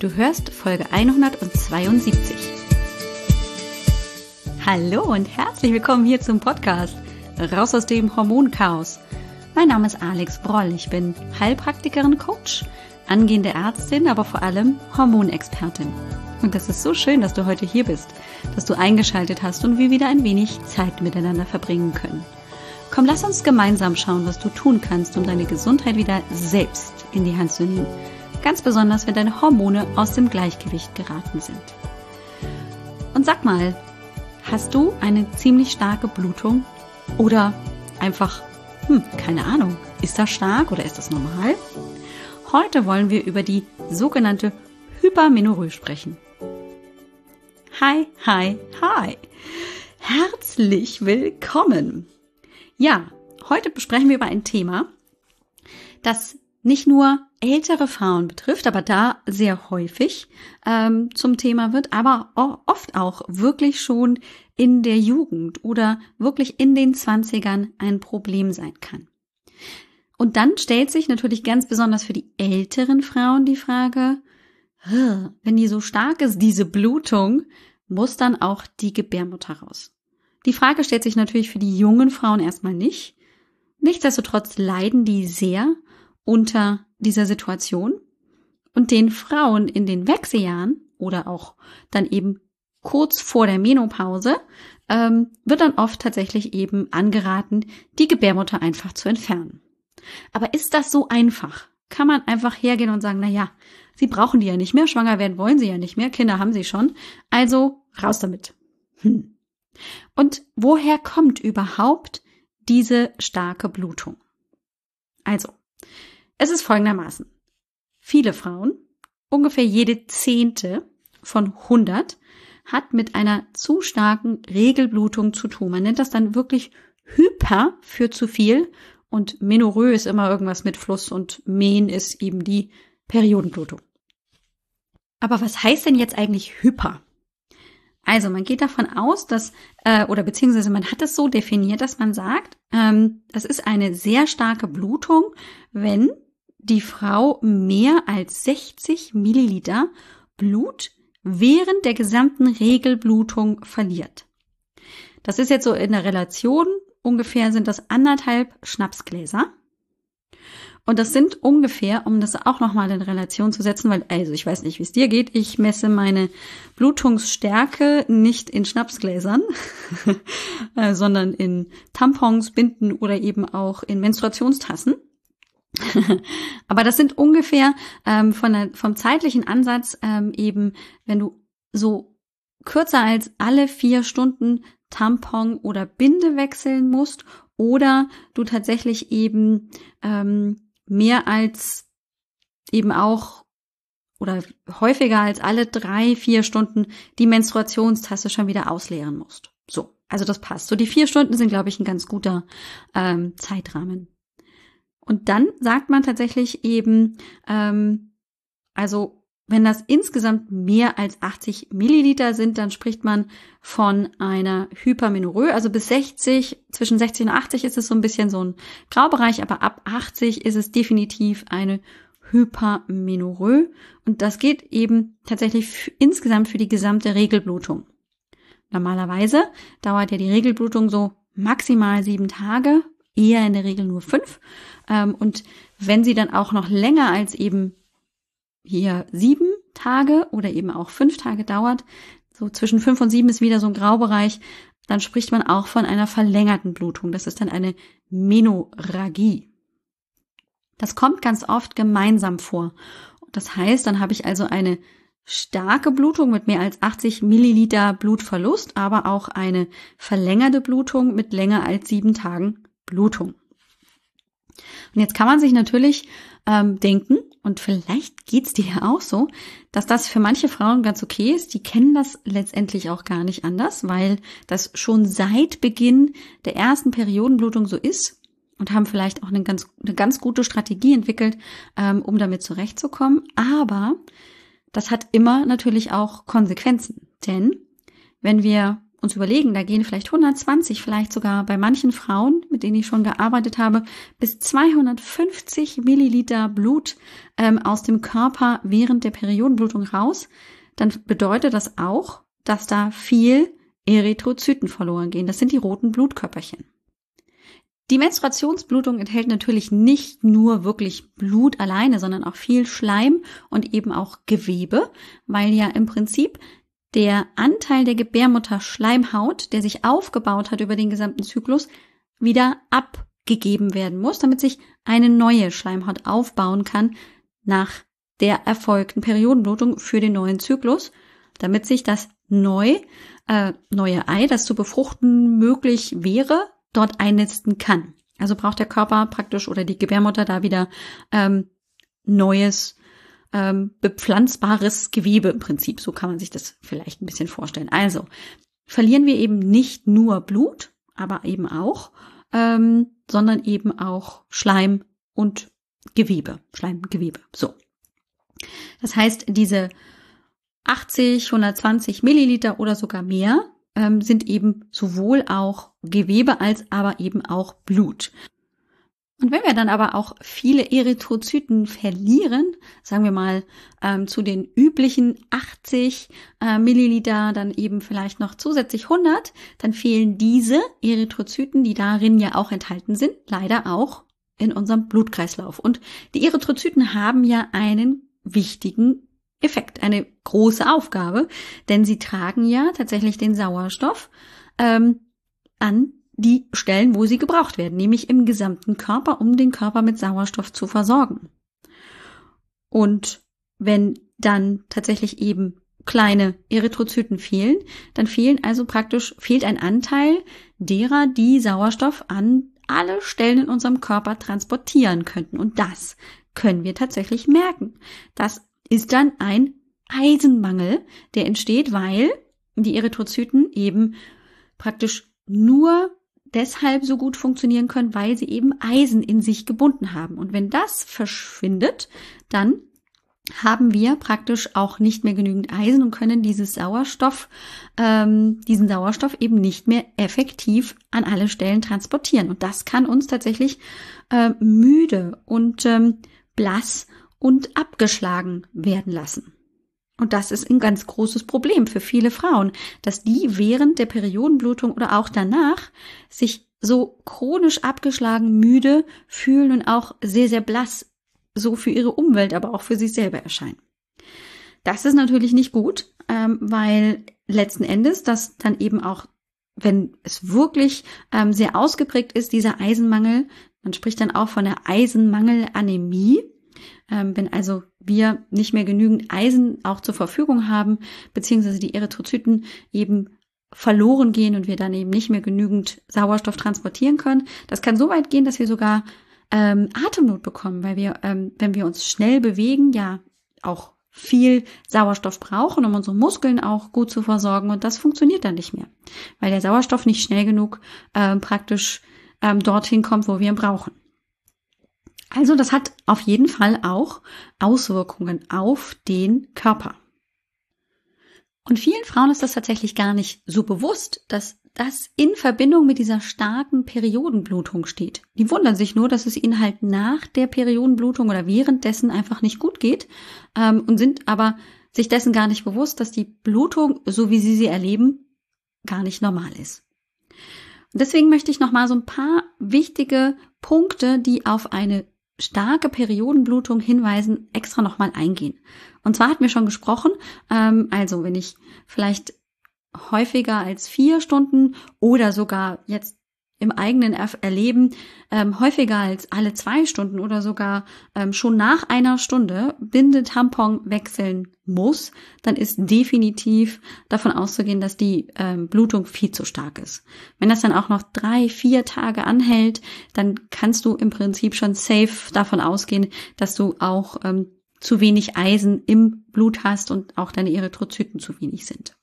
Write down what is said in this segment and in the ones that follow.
Du hörst Folge 172. Hallo und herzlich willkommen hier zum Podcast Raus aus dem Hormonchaos. Mein Name ist Alex Broll. Ich bin Heilpraktikerin, Coach, angehende Ärztin, aber vor allem Hormonexpertin. Und das ist so schön, dass du heute hier bist, dass du eingeschaltet hast und wir wieder ein wenig Zeit miteinander verbringen können. Komm, lass uns gemeinsam schauen, was du tun kannst, um deine Gesundheit wieder selbst in die Hand zu nehmen. Ganz besonders, wenn deine Hormone aus dem Gleichgewicht geraten sind. Und sag mal, hast du eine ziemlich starke Blutung? Oder einfach, keine Ahnung, ist das stark oder ist das normal? Heute wollen wir über die sogenannte Hypermenorrhoe sprechen. Hi. Herzlich willkommen. Ja, heute besprechen wir über ein Thema, das nicht nur ältere Frauen betrifft, aber da sehr häufig zum Thema wird, aber oft auch wirklich schon in der Jugend oder wirklich in den 20ern ein Problem sein kann. Und dann stellt sich natürlich ganz besonders für die älteren Frauen die Frage, wenn die so stark ist, diese Blutung, muss dann auch die Gebärmutter raus? Die Frage stellt sich natürlich für die jungen Frauen erstmal nicht. Nichtsdestotrotz leiden die sehr unter dieser Situation. Und den Frauen in den Wechseljahren oder auch dann eben kurz vor der Menopause wird dann oft tatsächlich eben angeraten, die Gebärmutter einfach zu entfernen. Aber ist das so einfach? Kann man einfach hergehen und sagen, naja, sie brauchen die ja nicht mehr, schwanger werden wollen sie ja nicht mehr, Kinder haben sie schon, also raus damit. Und woher kommt überhaupt diese starke Blutung? Also, es ist folgendermaßen. Viele Frauen, ungefähr jede 10. von 100, hat mit einer zu starken Regelblutung zu tun. Man nennt das dann wirklich Hyper für zu viel und Menorrhoe ist immer irgendwas mit Fluss und Men ist eben die Periodenblutung. Aber was heißt denn jetzt eigentlich Hyper? Also man geht davon aus, dass, beziehungsweise man hat es so definiert, dass man sagt, das ist eine sehr starke Blutung, wenn die Frau mehr als 60 Milliliter Blut während der gesamten Regelblutung verliert. Das ist jetzt so in der Relation, ungefähr sind das 1,5 Schnapsgläser. Und das sind ungefähr, um das auch nochmal in Relation zu setzen, weil, also ich weiß nicht, wie es dir geht, ich messe meine Blutungsstärke nicht in Schnapsgläsern, sondern in Tampons, Binden oder eben auch in Menstruationstassen. Aber das sind ungefähr vom zeitlichen Ansatz eben, wenn du so kürzer als alle 4 Stunden Tampon oder Binde wechseln musst oder du tatsächlich eben mehr als eben auch oder häufiger als alle 3-4 Stunden die Menstruationstasse schon wieder ausleeren musst. So, also das passt. So die 4 Stunden sind, glaube ich, ein ganz guter Zeitrahmen. Und dann sagt man tatsächlich eben, also wenn das insgesamt mehr als 80 Milliliter sind, dann spricht man von einer Hypermenorrhoe. Also bis 60, zwischen 60 und 80 ist es so ein bisschen so ein Graubereich, aber ab 80 ist es definitiv eine Hypermenorrhoe. Und das geht eben tatsächlich insgesamt für die gesamte Regelblutung. Normalerweise dauert ja die Regelblutung so maximal 7 Tage, eher in der Regel nur 5. Und wenn sie dann auch noch länger als eben hier 7 Tage oder eben auch 5 Tage dauert, so zwischen 5 und 7 ist wieder so ein Graubereich, dann spricht man auch von einer verlängerten Blutung. Das ist dann eine Menorrhagie. Das kommt ganz oft gemeinsam vor. Das heißt, dann habe ich also eine starke Blutung mit mehr als 80 Milliliter Blutverlust, aber auch eine verlängerte Blutung mit länger als 7 Tagen Blutung. Und jetzt kann man sich natürlich denken, und vielleicht geht's dir ja auch so, dass das für manche Frauen ganz okay ist. Die kennen das letztendlich auch gar nicht anders, weil das schon seit Beginn der ersten Periodenblutung so ist und haben vielleicht auch eine ganz gute Strategie entwickelt, um damit zurechtzukommen. Aber das hat immer natürlich auch Konsequenzen, denn wenn wir uns überlegen, da gehen vielleicht 120, vielleicht sogar bei manchen Frauen, mit denen ich schon gearbeitet habe, bis 250 Milliliter Blut aus dem Körper während der Periodenblutung raus, dann bedeutet das auch, dass da viel Erythrozyten verloren gehen. Das sind die roten Blutkörperchen. Die Menstruationsblutung enthält natürlich nicht nur wirklich Blut alleine, sondern auch viel Schleim und eben auch Gewebe, weil ja im Prinzip der Anteil der Gebärmutterschleimhaut, der sich aufgebaut hat über den gesamten Zyklus, wieder abgegeben werden muss, damit sich eine neue Schleimhaut aufbauen kann nach der erfolgten Periodenblutung für den neuen Zyklus, damit sich das neue Ei, das zu befruchten möglich wäre, dort einnisten kann. Also braucht der Körper praktisch oder die Gebärmutter da wieder neues, bepflanzbares Gewebe im Prinzip. So kann man sich das vielleicht ein bisschen vorstellen. Also verlieren wir eben nicht nur Blut, aber eben auch, sondern eben auch Schleim und Gewebe. Schleimgewebe. So. Das heißt, diese 80, 120 Milliliter oder sogar mehr sind eben sowohl auch Gewebe als aber eben auch Blut. Und wenn wir dann aber auch viele Erythrozyten verlieren, sagen wir mal zu den üblichen 80 Milliliter, dann eben vielleicht noch zusätzlich 100, dann fehlen diese Erythrozyten, die darin ja auch enthalten sind, leider auch in unserem Blutkreislauf. Und die Erythrozyten haben ja einen wichtigen Effekt, eine große Aufgabe, denn sie tragen ja tatsächlich den Sauerstoff an die Stellen, wo sie gebraucht werden, nämlich im gesamten Körper, um den Körper mit Sauerstoff zu versorgen. Und wenn dann tatsächlich eben kleine Erythrozyten fehlen, dann fehlt ein Anteil derer, die Sauerstoff an alle Stellen in unserem Körper transportieren könnten. Und das können wir tatsächlich merken. Das ist dann ein Eisenmangel, der entsteht, weil die Erythrozyten eben praktisch nur deshalb so gut funktionieren können, weil sie eben Eisen in sich gebunden haben. Und wenn das verschwindet, dann haben wir praktisch auch nicht mehr genügend Eisen und können diesen Sauerstoff eben nicht mehr effektiv an alle Stellen transportieren. Und das kann uns tatsächlich müde und blass und abgeschlagen werden lassen. Und das ist ein ganz großes Problem für viele Frauen, dass die während der Periodenblutung oder auch danach sich so chronisch abgeschlagen, müde fühlen und auch sehr, sehr blass so für ihre Umwelt, aber auch für sich selber erscheinen. Das ist natürlich nicht gut, weil letzten Endes das dann eben auch, wenn es wirklich sehr ausgeprägt ist, dieser Eisenmangel, man spricht dann auch von der Eisenmangelanämie, wenn also wir nicht mehr genügend Eisen auch zur Verfügung haben, beziehungsweise die Erythrozyten eben verloren gehen und wir dann eben nicht mehr genügend Sauerstoff transportieren können. Das kann so weit gehen, dass wir sogar Atemnot bekommen, weil wir, wenn wir uns schnell bewegen, ja auch viel Sauerstoff brauchen, um unsere Muskeln auch gut zu versorgen, und das funktioniert dann nicht mehr, weil der Sauerstoff nicht schnell genug praktisch dorthin kommt, wo wir ihn brauchen. Also das hat auf jeden Fall auch Auswirkungen auf den Körper. Und vielen Frauen ist das tatsächlich gar nicht so bewusst, dass das in Verbindung mit dieser starken Periodenblutung steht. Die wundern sich nur, dass es ihnen halt nach der Periodenblutung oder währenddessen einfach nicht gut geht und sind aber sich dessen gar nicht bewusst, dass die Blutung, so wie sie erleben, gar nicht normal ist. Und deswegen möchte ich nochmal so ein paar wichtige Punkte, die auf eine starke Periodenblutung hinweisen, extra nochmal eingehen. Und zwar hatten wir schon gesprochen, also wenn ich vielleicht häufiger als 4 Stunden oder sogar jetzt im eigenen Erleben häufiger als alle 2 Stunden oder sogar schon nach einer Stunde Bindetampon wechseln muss, dann ist definitiv davon auszugehen, dass die Blutung viel zu stark ist. Wenn das dann auch noch 3-4 Tage anhält, dann kannst du im Prinzip schon safe davon ausgehen, dass du auch zu wenig Eisen im Blut hast und auch deine Erythrozyten zu wenig sind.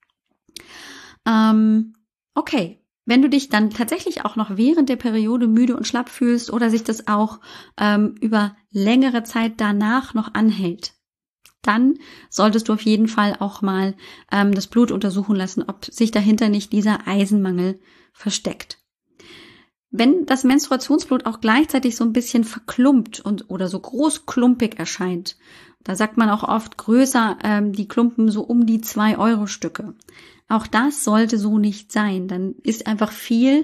Okay. Wenn du dich dann tatsächlich auch noch während der Periode müde und schlapp fühlst oder sich das auch über längere Zeit danach noch anhält, dann solltest du auf jeden Fall auch mal das Blut untersuchen lassen, ob sich dahinter nicht dieser Eisenmangel versteckt. Wenn das Menstruationsblut auch gleichzeitig so ein bisschen verklumpt oder so großklumpig erscheint, da sagt man auch oft größer, die Klumpen so um die 2-Euro-Stücke. Auch das sollte so nicht sein. Dann ist einfach viel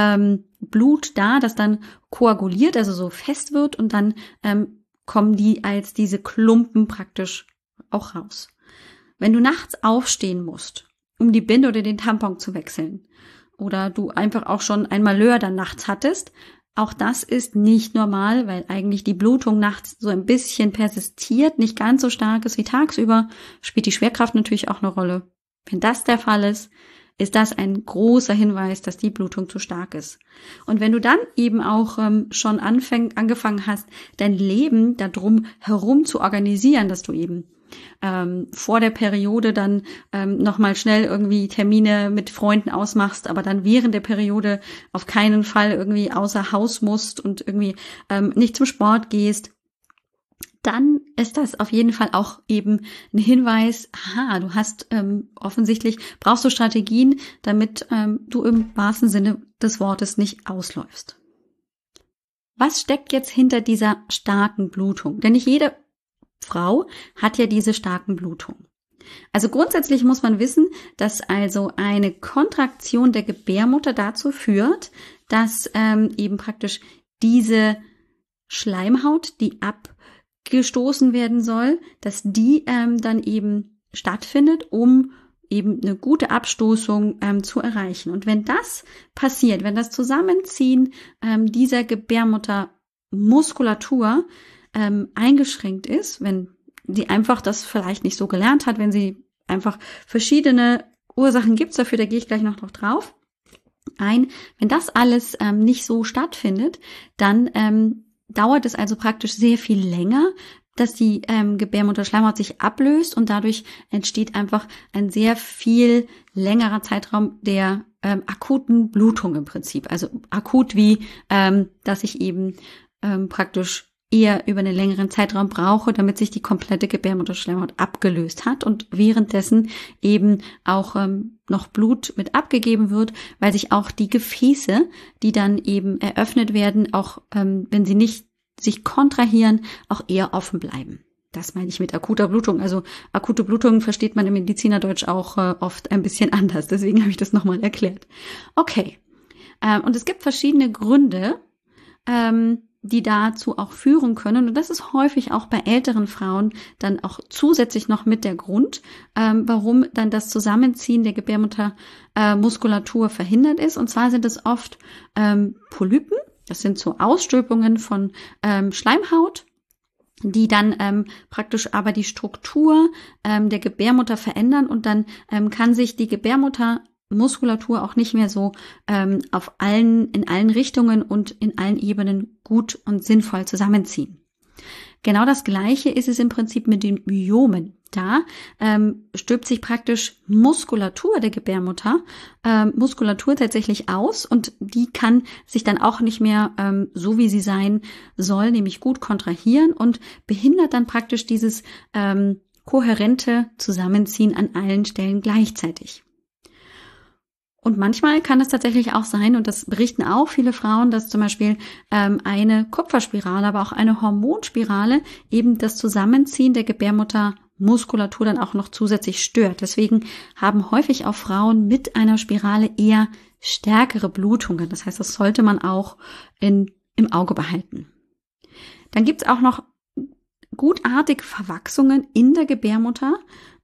Blut da, das dann koaguliert, also so fest wird und dann kommen die als diese Klumpen praktisch auch raus. Wenn du nachts aufstehen musst, um die Binde oder den Tampon zu wechseln, oder du einfach auch schon ein Malheur dann nachts hattest, auch das ist nicht normal, weil eigentlich die Blutung nachts so ein bisschen persistiert, nicht ganz so stark ist wie tagsüber, spielt die Schwerkraft natürlich auch eine Rolle. Wenn das der Fall ist, ist das ein großer Hinweis, dass die Blutung zu stark ist. Und wenn du dann eben auch schon angefangen hast, dein Leben darum herum zu organisieren, dass du eben vor der Periode dann nochmal schnell irgendwie Termine mit Freunden ausmachst, aber dann während der Periode auf keinen Fall irgendwie außer Haus musst und irgendwie nicht zum Sport gehst, dann ist das auf jeden Fall auch eben ein Hinweis, aha, du hast offensichtlich, brauchst du Strategien, damit du im wahrsten Sinne des Wortes nicht ausläufst. Was steckt jetzt hinter dieser starken Blutung? Denn nicht jede Frau hat ja diese starken Blutungen. Also grundsätzlich muss man wissen, dass also eine Kontraktion der Gebärmutter dazu führt, dass eben praktisch diese Schleimhaut, die abgestoßen werden soll, dass die dann eben stattfindet, um eben eine gute Abstoßung zu erreichen. Und wenn das passiert, wenn das Zusammenziehen dieser Gebärmuttermuskulatur eingeschränkt ist, wenn sie einfach das vielleicht nicht so gelernt hat, wenn sie einfach verschiedene Ursachen gibt dafür, da gehe ich gleich noch drauf ein. Wenn das alles nicht so stattfindet, dann dauert es also praktisch sehr viel länger, dass die Gebärmutterschleimhaut sich ablöst und dadurch entsteht einfach ein sehr viel längerer Zeitraum der akuten Blutung im Prinzip. Also akut wie, dass ich eben praktisch eher über einen längeren Zeitraum brauche, damit sich die komplette Gebärmutterschleimhaut abgelöst hat und währenddessen eben auch noch Blut mit abgegeben wird, weil sich auch die Gefäße, die dann eben eröffnet werden, auch wenn sie nicht sich kontrahieren, auch eher offen bleiben. Das meine ich mit akuter Blutung. Also akute Blutung versteht man im Medizinerdeutsch auch oft ein bisschen anders. Deswegen habe ich das nochmal erklärt. Okay. Und es gibt verschiedene Gründe, die dazu auch führen können. Und das ist häufig auch bei älteren Frauen dann auch zusätzlich noch mit der Grund, warum dann das Zusammenziehen der Gebärmuttermuskulatur verhindert ist. Und zwar sind es oft Polypen. Das sind so Ausstülpungen von Schleimhaut, die dann praktisch aber die Struktur der Gebärmutter verändern und dann kann sich die Gebärmuttermuskulatur auch nicht mehr so in allen Richtungen und in allen Ebenen gut und sinnvoll zusammenziehen. Genau das Gleiche ist es im Prinzip mit den Myomen. Da stülpt sich praktisch Muskulatur der Gebärmutter, Muskulatur tatsächlich aus und die kann sich dann auch nicht mehr so, wie sie sein soll, nämlich gut kontrahieren und behindert dann praktisch dieses kohärente Zusammenziehen an allen Stellen gleichzeitig. Und manchmal kann es tatsächlich auch sein, und das berichten auch viele Frauen, dass zum Beispiel eine Kupferspirale, aber auch eine Hormonspirale eben das Zusammenziehen der Gebärmuttermuskulatur dann auch noch zusätzlich stört. Deswegen haben häufig auch Frauen mit einer Spirale eher stärkere Blutungen. Das heißt, das sollte man auch im Auge behalten. Dann gibt es auch noch gutartig Verwachsungen in der Gebärmutter,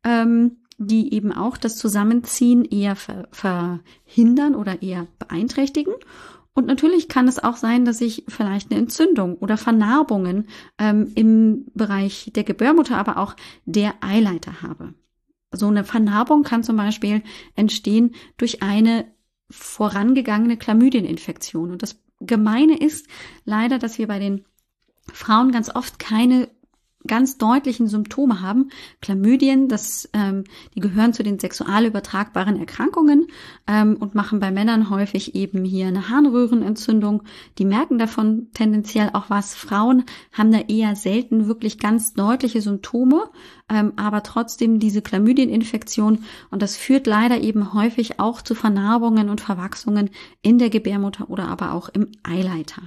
die eben auch das Zusammenziehen eher verhindern oder eher beeinträchtigen. Und natürlich kann es auch sein, dass ich vielleicht eine Entzündung oder Vernarbungen im Bereich der Gebärmutter, aber auch der Eileiter habe. So eine Vernarbung kann zum Beispiel entstehen durch eine vorangegangene Chlamydieninfektion. Und das Gemeine ist leider, dass wir bei den Frauen ganz oft keine ganz deutlichen Symptome haben. Chlamydien, die gehören zu den sexual übertragbaren Erkrankungen und machen bei Männern häufig eben hier eine Harnröhrenentzündung. Die merken davon tendenziell auch was. Frauen haben da eher selten wirklich ganz deutliche Symptome, aber trotzdem diese Chlamydieninfektion, und das führt leider eben häufig auch zu Vernarbungen und Verwachsungen in der Gebärmutter oder aber auch im Eileiter.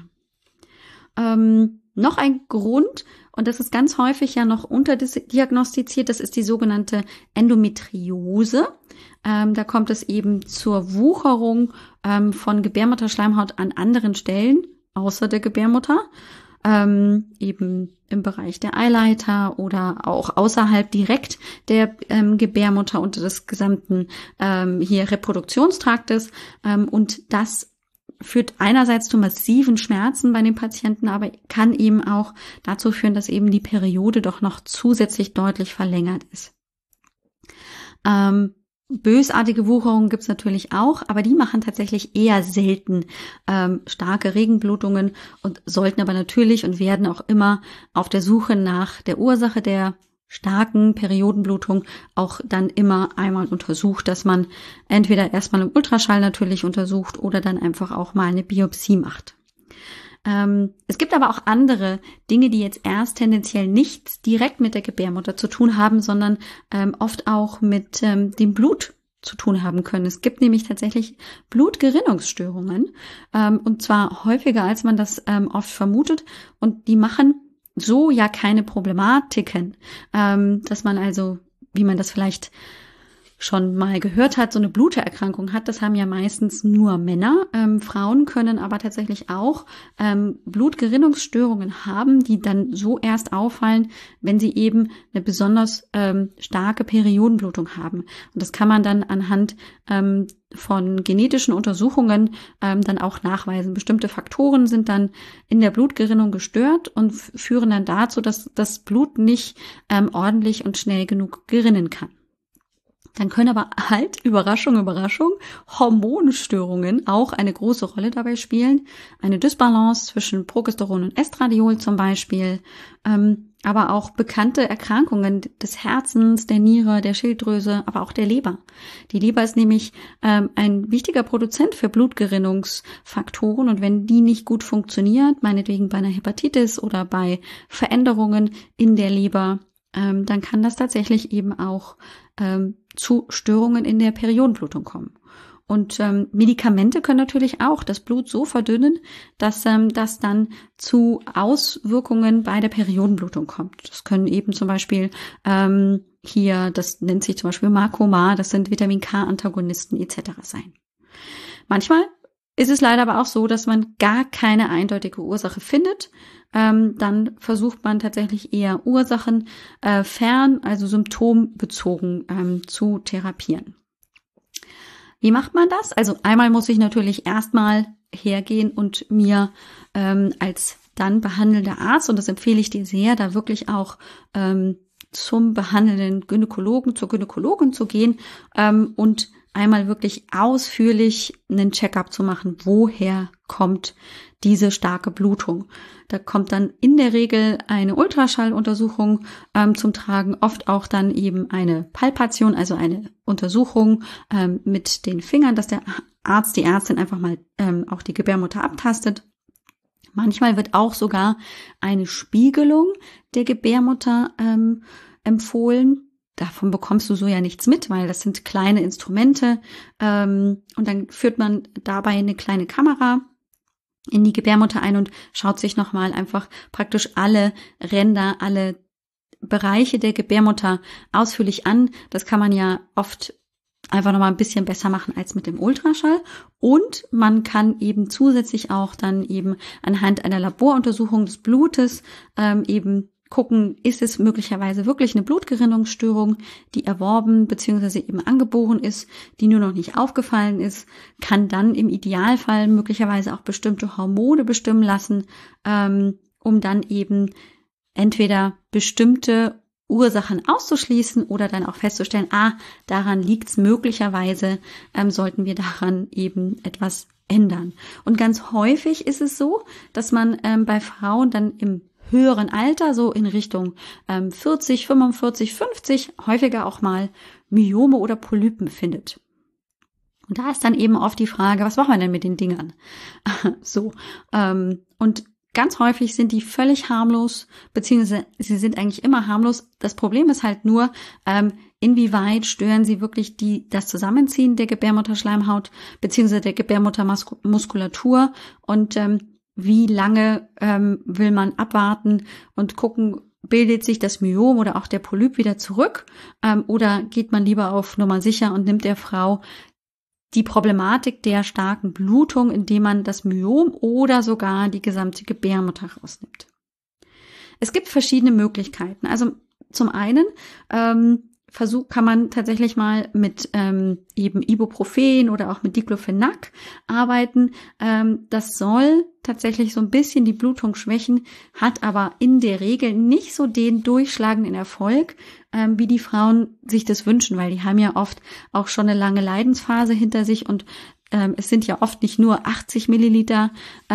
Noch ein Grund, und das ist ganz häufig ja noch unterdiagnostiziert, das ist die sogenannte Endometriose. Da kommt es eben zur Wucherung von Gebärmutterschleimhaut an anderen Stellen außer der Gebärmutter, eben im Bereich der Eileiter oder auch außerhalb direkt der Gebärmutter und des gesamten hier Reproduktionstraktes, und das führt einerseits zu massiven Schmerzen bei den Patienten, aber kann eben auch dazu führen, dass eben die Periode doch noch zusätzlich deutlich verlängert ist. Bösartige Wucherungen gibt's natürlich auch, aber die machen tatsächlich eher selten starke Regenblutungen und sollten aber natürlich und werden auch immer auf der Suche nach der Ursache der starken Periodenblutung auch dann immer einmal untersucht, dass man entweder erstmal im Ultraschall natürlich untersucht oder dann einfach auch mal eine Biopsie macht. Es gibt aber auch andere Dinge, die jetzt erst tendenziell nichts direkt mit der Gebärmutter zu tun haben, sondern oft auch mit dem Blut zu tun haben können. Es gibt nämlich tatsächlich Blutgerinnungsstörungen, und zwar häufiger, als man das oft vermutet, und die machen so ja keine Problematiken, dass man also, wie man das vielleicht schon mal gehört hat, so eine Blutererkrankung hat. Das haben ja meistens nur Männer. Frauen können aber tatsächlich auch Blutgerinnungsstörungen haben, die dann so erst auffallen, wenn sie eben eine besonders starke Periodenblutung haben. Und das kann man dann anhand von genetischen Untersuchungen dann auch nachweisen. Bestimmte Faktoren sind dann in der Blutgerinnung gestört und führen dann dazu, dass das Blut nicht ordentlich und schnell genug gerinnen kann. Dann können aber halt, Überraschung, Überraschung, Hormonstörungen auch eine große Rolle dabei spielen. Eine Dysbalance zwischen Progesteron und Estradiol zum Beispiel, aber auch bekannte Erkrankungen des Herzens, der Niere, der Schilddrüse, aber auch der Leber. Die Leber ist nämlich ein wichtiger Produzent für Blutgerinnungsfaktoren, und wenn die nicht gut funktioniert, meinetwegen bei einer Hepatitis oder bei Veränderungen in der Leber, dann kann das tatsächlich eben auch zu Störungen in der Periodenblutung kommen. Und Medikamente können natürlich auch das Blut so verdünnen, dass das dann zu Auswirkungen bei der Periodenblutung kommt. Das können eben zum Beispiel das nennt sich zum Beispiel Marcoma, das sind Vitamin-K-Antagonisten etc. sein. Manchmal ist es leider aber auch so, dass man gar keine eindeutige Ursache findet. Dann versucht man tatsächlich eher Ursachen fern, also symptombezogen zu therapieren. Wie macht man das? Also einmal muss ich natürlich erstmal hergehen und mir als dann behandelnder Arzt, und das empfehle ich dir sehr, da wirklich auch zum behandelnden Gynäkologen, zur Gynäkologin zu gehen und einmal wirklich ausführlich einen Check-up zu machen, woher kommt diese starke Blutung. Da kommt dann in der Regel eine Ultraschalluntersuchung zum Tragen, oft auch dann eben eine Palpation, also eine Untersuchung mit den Fingern, dass der Arzt, die Ärztin einfach mal auch die Gebärmutter abtastet. Manchmal wird auch sogar eine Spiegelung der Gebärmutter empfohlen. Davon bekommst du so ja nichts mit, weil das sind kleine Instrumente, und dann führt man dabei eine kleine Kamera in die Gebärmutter ein und schaut sich nochmal einfach praktisch alle Ränder, alle Bereiche der Gebärmutter ausführlich an. Das kann man ja oft einfach nochmal ein bisschen besser machen als mit dem Ultraschall. Und man kann eben zusätzlich auch dann eben anhand einer Laboruntersuchung des Blutes eben gucken, ist es möglicherweise wirklich eine Blutgerinnungsstörung, die erworben bzw. eben angeboren ist, die nur noch nicht aufgefallen ist, kann dann im Idealfall möglicherweise auch bestimmte Hormone bestimmen lassen, um dann eben entweder bestimmte Ursachen auszuschließen oder dann auch festzustellen, daran liegt's möglicherweise, sollten wir daran eben etwas ändern. Und ganz häufig ist es so, dass man bei Frauen dann im höheren Alter, so in Richtung 40, 45, 50, häufiger auch mal Myome oder Polypen findet. Und da ist dann eben oft die Frage, was machen wir denn mit den Dingern? Und ganz häufig sind die völlig harmlos, beziehungsweise sie sind eigentlich immer harmlos. Das Problem ist halt nur, inwieweit stören sie wirklich das Zusammenziehen der Gebärmutterschleimhaut, beziehungsweise der Gebärmuttermuskulatur und wie lange will man abwarten und gucken, bildet sich das Myom oder auch der Polyp wieder zurück, oder geht man lieber auf Nummer sicher und nimmt der Frau die Problematik der starken Blutung, indem man das Myom oder sogar die gesamte Gebärmutter rausnimmt. Es gibt verschiedene Möglichkeiten. Also zum einen kann man tatsächlich mal mit eben Ibuprofen oder auch mit Diclofenac arbeiten. Das soll tatsächlich so ein bisschen die Blutung schwächen, hat aber in der Regel nicht so den durchschlagenden Erfolg, wie die Frauen sich das wünschen, weil die haben ja oft auch schon eine lange Leidensphase hinter sich und es sind ja oft nicht nur 80 Milliliter,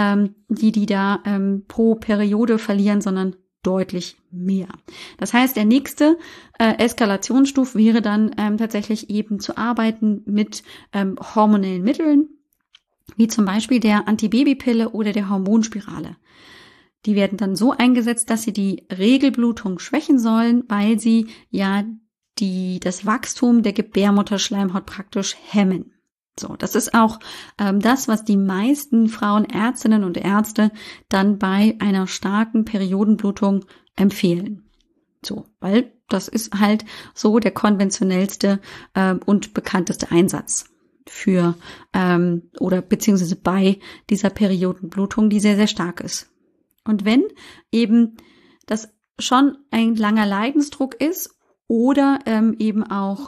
die da pro Periode verlieren, sondern deutlich mehr. Das heißt, der nächste Eskalationsstufe wäre dann tatsächlich eben zu arbeiten mit hormonellen Mitteln, wie zum Beispiel der Antibabypille oder der Hormonspirale. Die werden dann so eingesetzt, dass sie die Regelblutung schwächen sollen, weil sie ja das Wachstum der Gebärmutterschleimhaut praktisch hemmen. So, das ist auch das, was die meisten Frauenärztinnen und Ärzte dann bei einer starken Periodenblutung empfehlen. So, weil das ist halt so der konventionellste und bekannteste Einsatz für oder beziehungsweise bei dieser Periodenblutung, die sehr, sehr stark ist. Und wenn eben das schon ein langer Leidensdruck ist oder eben auch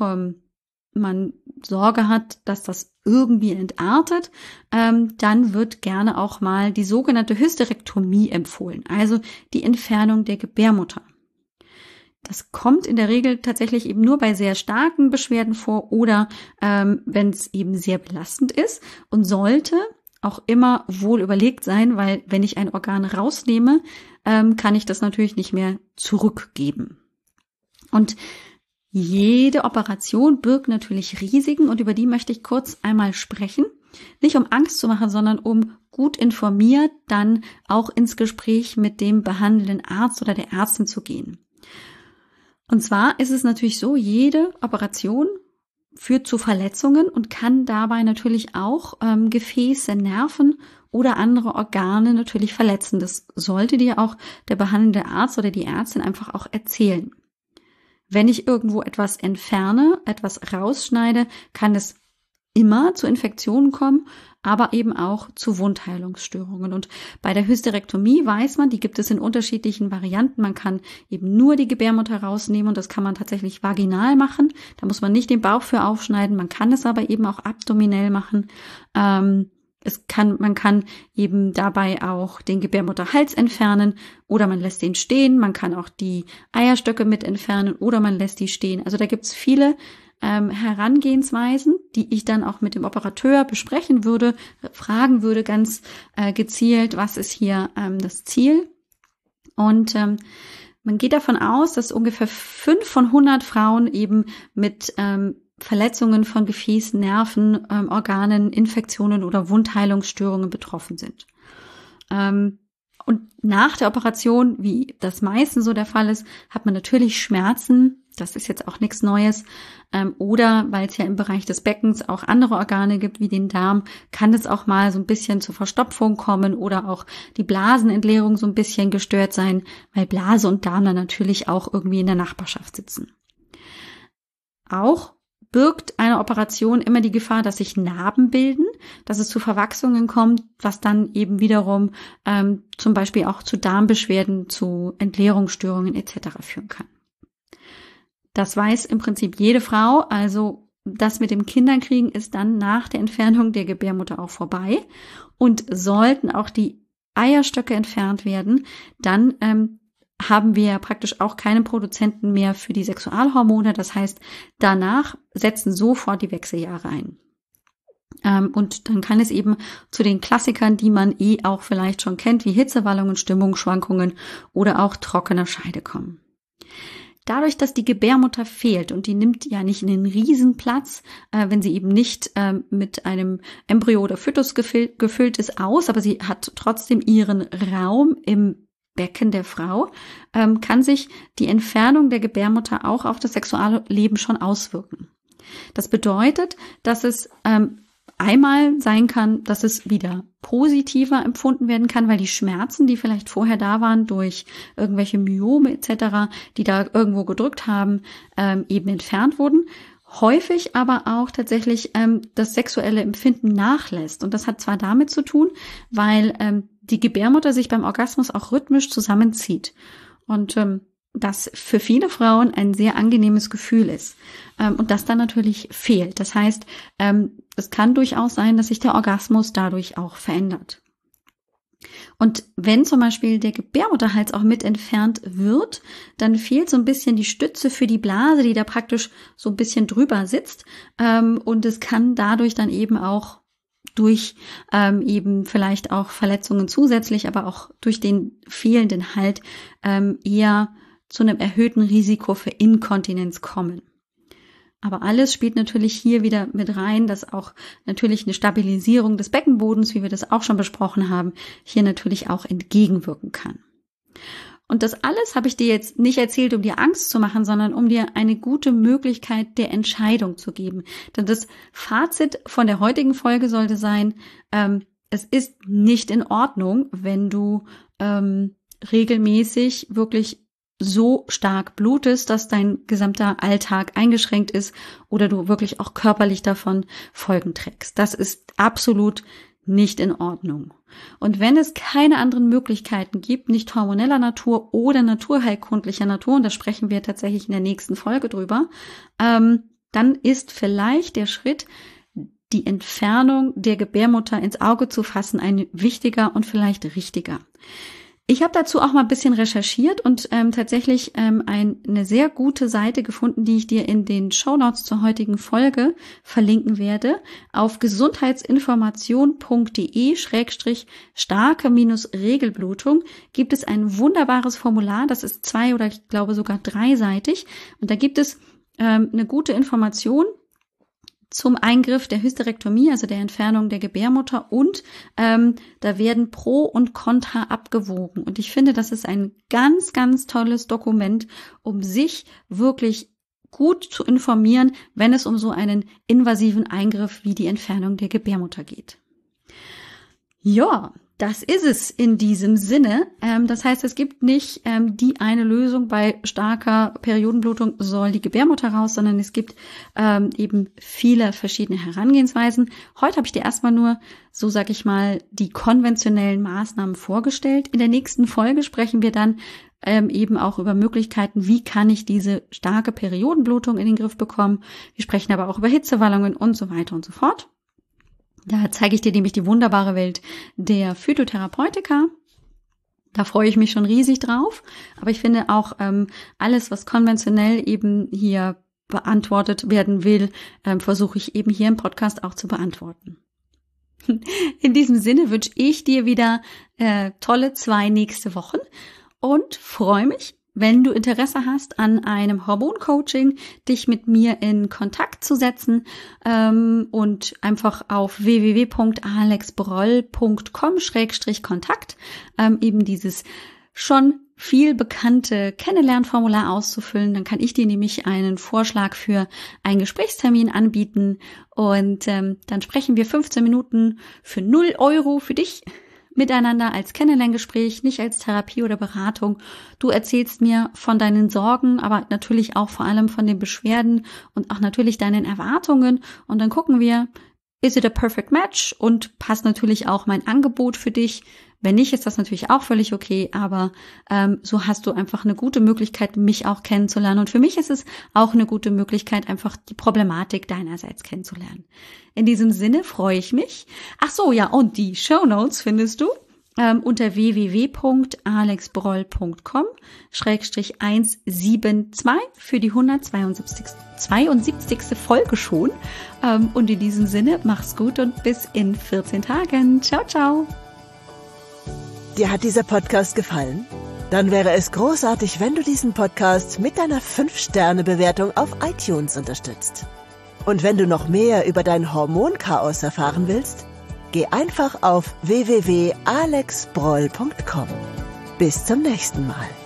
man Sorge hat, dass das irgendwie entartet, dann wird gerne auch mal die sogenannte Hysterektomie empfohlen, also die Entfernung der Gebärmutter. Das kommt in der Regel tatsächlich eben nur bei sehr starken Beschwerden vor oder wenn es eben sehr belastend ist und sollte auch immer wohl überlegt sein, weil wenn ich ein Organ rausnehme, kann ich das natürlich nicht mehr zurückgeben. Und jede Operation birgt natürlich Risiken und über die möchte ich kurz einmal sprechen. Nicht um Angst zu machen, sondern um gut informiert dann auch ins Gespräch mit dem behandelnden Arzt oder der Ärztin zu gehen. Und zwar ist es natürlich so, jede Operation führt zu Verletzungen und kann dabei natürlich auch Gefäße, Nerven oder andere Organe natürlich verletzen. Das sollte dir auch der behandelnde Arzt oder die Ärztin einfach auch erzählen. Wenn ich irgendwo etwas entferne, etwas rausschneide, kann es immer zu Infektionen kommen, aber eben auch zu Wundheilungsstörungen. Und bei der Hysterektomie weiß man, die gibt es in unterschiedlichen Varianten. Man kann eben nur die Gebärmutter rausnehmen und das kann man tatsächlich vaginal machen. Da muss man nicht den Bauch für aufschneiden. Man kann es aber eben auch abdominell machen. Man kann eben dabei auch den Gebärmutterhals entfernen oder man lässt den stehen. Man kann auch die Eierstöcke mit entfernen oder man lässt die stehen. Also da gibt's viele Herangehensweisen, die ich dann auch mit dem Operateur besprechen würde, fragen würde ganz gezielt, was ist hier das Ziel. Und man geht davon aus, dass ungefähr 5 von 100 Frauen eben mit Verletzungen von Gefäßen, Nerven, Organen, Infektionen oder Wundheilungsstörungen betroffen sind. Und nach der Operation, wie das meistens so der Fall ist, hat man natürlich Schmerzen. Das ist jetzt auch nichts Neues. Oder weil es ja im Bereich des Beckens auch andere Organe gibt, wie den Darm, kann es auch mal so ein bisschen zur Verstopfung kommen oder auch die Blasenentleerung so ein bisschen gestört sein, weil Blase und Darm dann natürlich auch irgendwie in der Nachbarschaft sitzen. Auch birgt eine Operation immer die Gefahr, dass sich Narben bilden, dass es zu Verwachsungen kommt, was dann eben wiederum zum Beispiel auch zu Darmbeschwerden, zu Entleerungsstörungen etc. führen kann. Das weiß im Prinzip jede Frau, also das mit dem Kinderkriegen ist dann nach der Entfernung der Gebärmutter auch vorbei und sollten auch die Eierstöcke entfernt werden, dann haben wir ja praktisch auch keine Produzenten mehr für die Sexualhormone. Das heißt, danach setzen sofort die Wechseljahre ein. Und dann kann es eben zu den Klassikern, die man auch vielleicht schon kennt, wie Hitzewallungen, Stimmungsschwankungen oder auch trockener Scheide kommen. Dadurch, dass die Gebärmutter fehlt und die nimmt ja nicht einen Riesenplatz, wenn sie eben nicht mit einem Embryo oder Fötus gefüllt ist aber sie hat trotzdem ihren Raum im Becken der Frau, kann sich die Entfernung der Gebärmutter auch auf das Sexualleben schon auswirken. Das bedeutet, dass es einmal sein kann, dass es wieder positiver empfunden werden kann, weil die Schmerzen, die vielleicht vorher da waren durch irgendwelche Myome etc., die da irgendwo gedrückt haben, eben entfernt wurden. Häufig aber auch tatsächlich das sexuelle Empfinden nachlässt. Und das hat zwar damit zu tun, weil die Gebärmutter sich beim Orgasmus auch rhythmisch zusammenzieht. Und das für viele Frauen ein sehr angenehmes Gefühl ist und das dann natürlich fehlt. Das heißt, es kann durchaus sein, dass sich der Orgasmus dadurch auch verändert. Und wenn zum Beispiel der Gebärmutterhals auch mit entfernt wird, dann fehlt so ein bisschen die Stütze für die Blase, die da praktisch so ein bisschen drüber sitzt. Und es kann dadurch dann eben auch durch eben vielleicht auch Verletzungen zusätzlich, aber auch durch den fehlenden Halt eher zu einem erhöhten Risiko für Inkontinenz kommen. Aber alles spielt natürlich hier wieder mit rein, dass auch natürlich eine Stabilisierung des Beckenbodens, wie wir das auch schon besprochen haben, hier natürlich auch entgegenwirken kann. Und das alles habe ich dir jetzt nicht erzählt, um dir Angst zu machen, sondern um dir eine gute Möglichkeit der Entscheidung zu geben. Denn das Fazit von der heutigen Folge sollte sein, es ist nicht in Ordnung, wenn du regelmäßig wirklich so stark blutest, dass dein gesamter Alltag eingeschränkt ist oder du wirklich auch körperlich davon Folgen trägst. Das ist absolut nicht in Ordnung. Und wenn es keine anderen Möglichkeiten gibt, nicht hormoneller Natur oder naturheilkundlicher Natur, und da sprechen wir tatsächlich in der nächsten Folge drüber, dann ist vielleicht der Schritt, die Entfernung der Gebärmutter ins Auge zu fassen, ein wichtiger und vielleicht richtiger. Ich habe dazu auch mal ein bisschen recherchiert und tatsächlich eine sehr gute Seite gefunden, die ich dir in den Shownotes zur heutigen Folge verlinken werde. Auf gesundheitsinformation.de/starke-Regelblutung gibt es ein wunderbares Formular, das ist 2 oder ich glaube sogar 3-seitig. Und da gibt es eine gute Information zum Eingriff der Hysterektomie, also der Entfernung der Gebärmutter, und da werden Pro und Contra abgewogen. Und ich finde, das ist ein ganz, ganz tolles Dokument, um sich wirklich gut zu informieren, wenn es um so einen invasiven Eingriff wie die Entfernung der Gebärmutter geht. Ja, das ist es in diesem Sinne. Das heißt, es gibt nicht die eine Lösung, bei starker Periodenblutung soll die Gebärmutter raus, sondern es gibt eben viele verschiedene Herangehensweisen. Heute habe ich dir erstmal nur, so sag ich mal, die konventionellen Maßnahmen vorgestellt. In der nächsten Folge sprechen wir dann eben auch über Möglichkeiten, wie kann ich diese starke Periodenblutung in den Griff bekommen. Wir sprechen aber auch über Hitzewallungen und so weiter und so fort. Da zeige ich dir nämlich die wunderbare Welt der Phytotherapeutika. Da freue ich mich schon riesig drauf. Aber ich finde auch alles, was konventionell eben hier beantwortet werden will, versuche ich eben hier im Podcast auch zu beantworten. In diesem Sinne wünsche ich dir wieder tolle 2 nächste Wochen und freue mich, wenn du Interesse hast an einem Hormoncoaching, dich mit mir in Kontakt zu setzen und einfach auf www.alexbroll.com/Kontakt eben dieses schon viel bekannte Kennenlernformular auszufüllen. Dann kann ich dir nämlich einen Vorschlag für einen Gesprächstermin anbieten und dann sprechen wir 15 Minuten für 0 € für dich miteinander als Kennenlerngespräch, nicht als Therapie oder Beratung. Du erzählst mir von deinen Sorgen, aber natürlich auch vor allem von den Beschwerden und auch natürlich deinen Erwartungen. Und dann gucken wir, is it a perfect match? Und passt natürlich auch mein Angebot für dich. Wenn nicht, ist das natürlich auch völlig okay, aber so hast du einfach eine gute Möglichkeit, mich auch kennenzulernen. Und für mich ist es auch eine gute Möglichkeit, einfach die Problematik deinerseits kennenzulernen. In diesem Sinne freue ich mich. Ach so, ja, und die Shownotes findest du unter www.alexbroll.com/172 für die 172. Folge schon. Und in diesem Sinne, mach's gut und bis in 14 Tagen. Ciao, ciao. Dir hat dieser Podcast gefallen? Dann wäre es großartig, wenn du diesen Podcast mit deiner 5-Sterne-Bewertung auf iTunes unterstützt. Und wenn du noch mehr über dein Hormonchaos erfahren willst, geh einfach auf www.alexbroll.com. Bis zum nächsten Mal.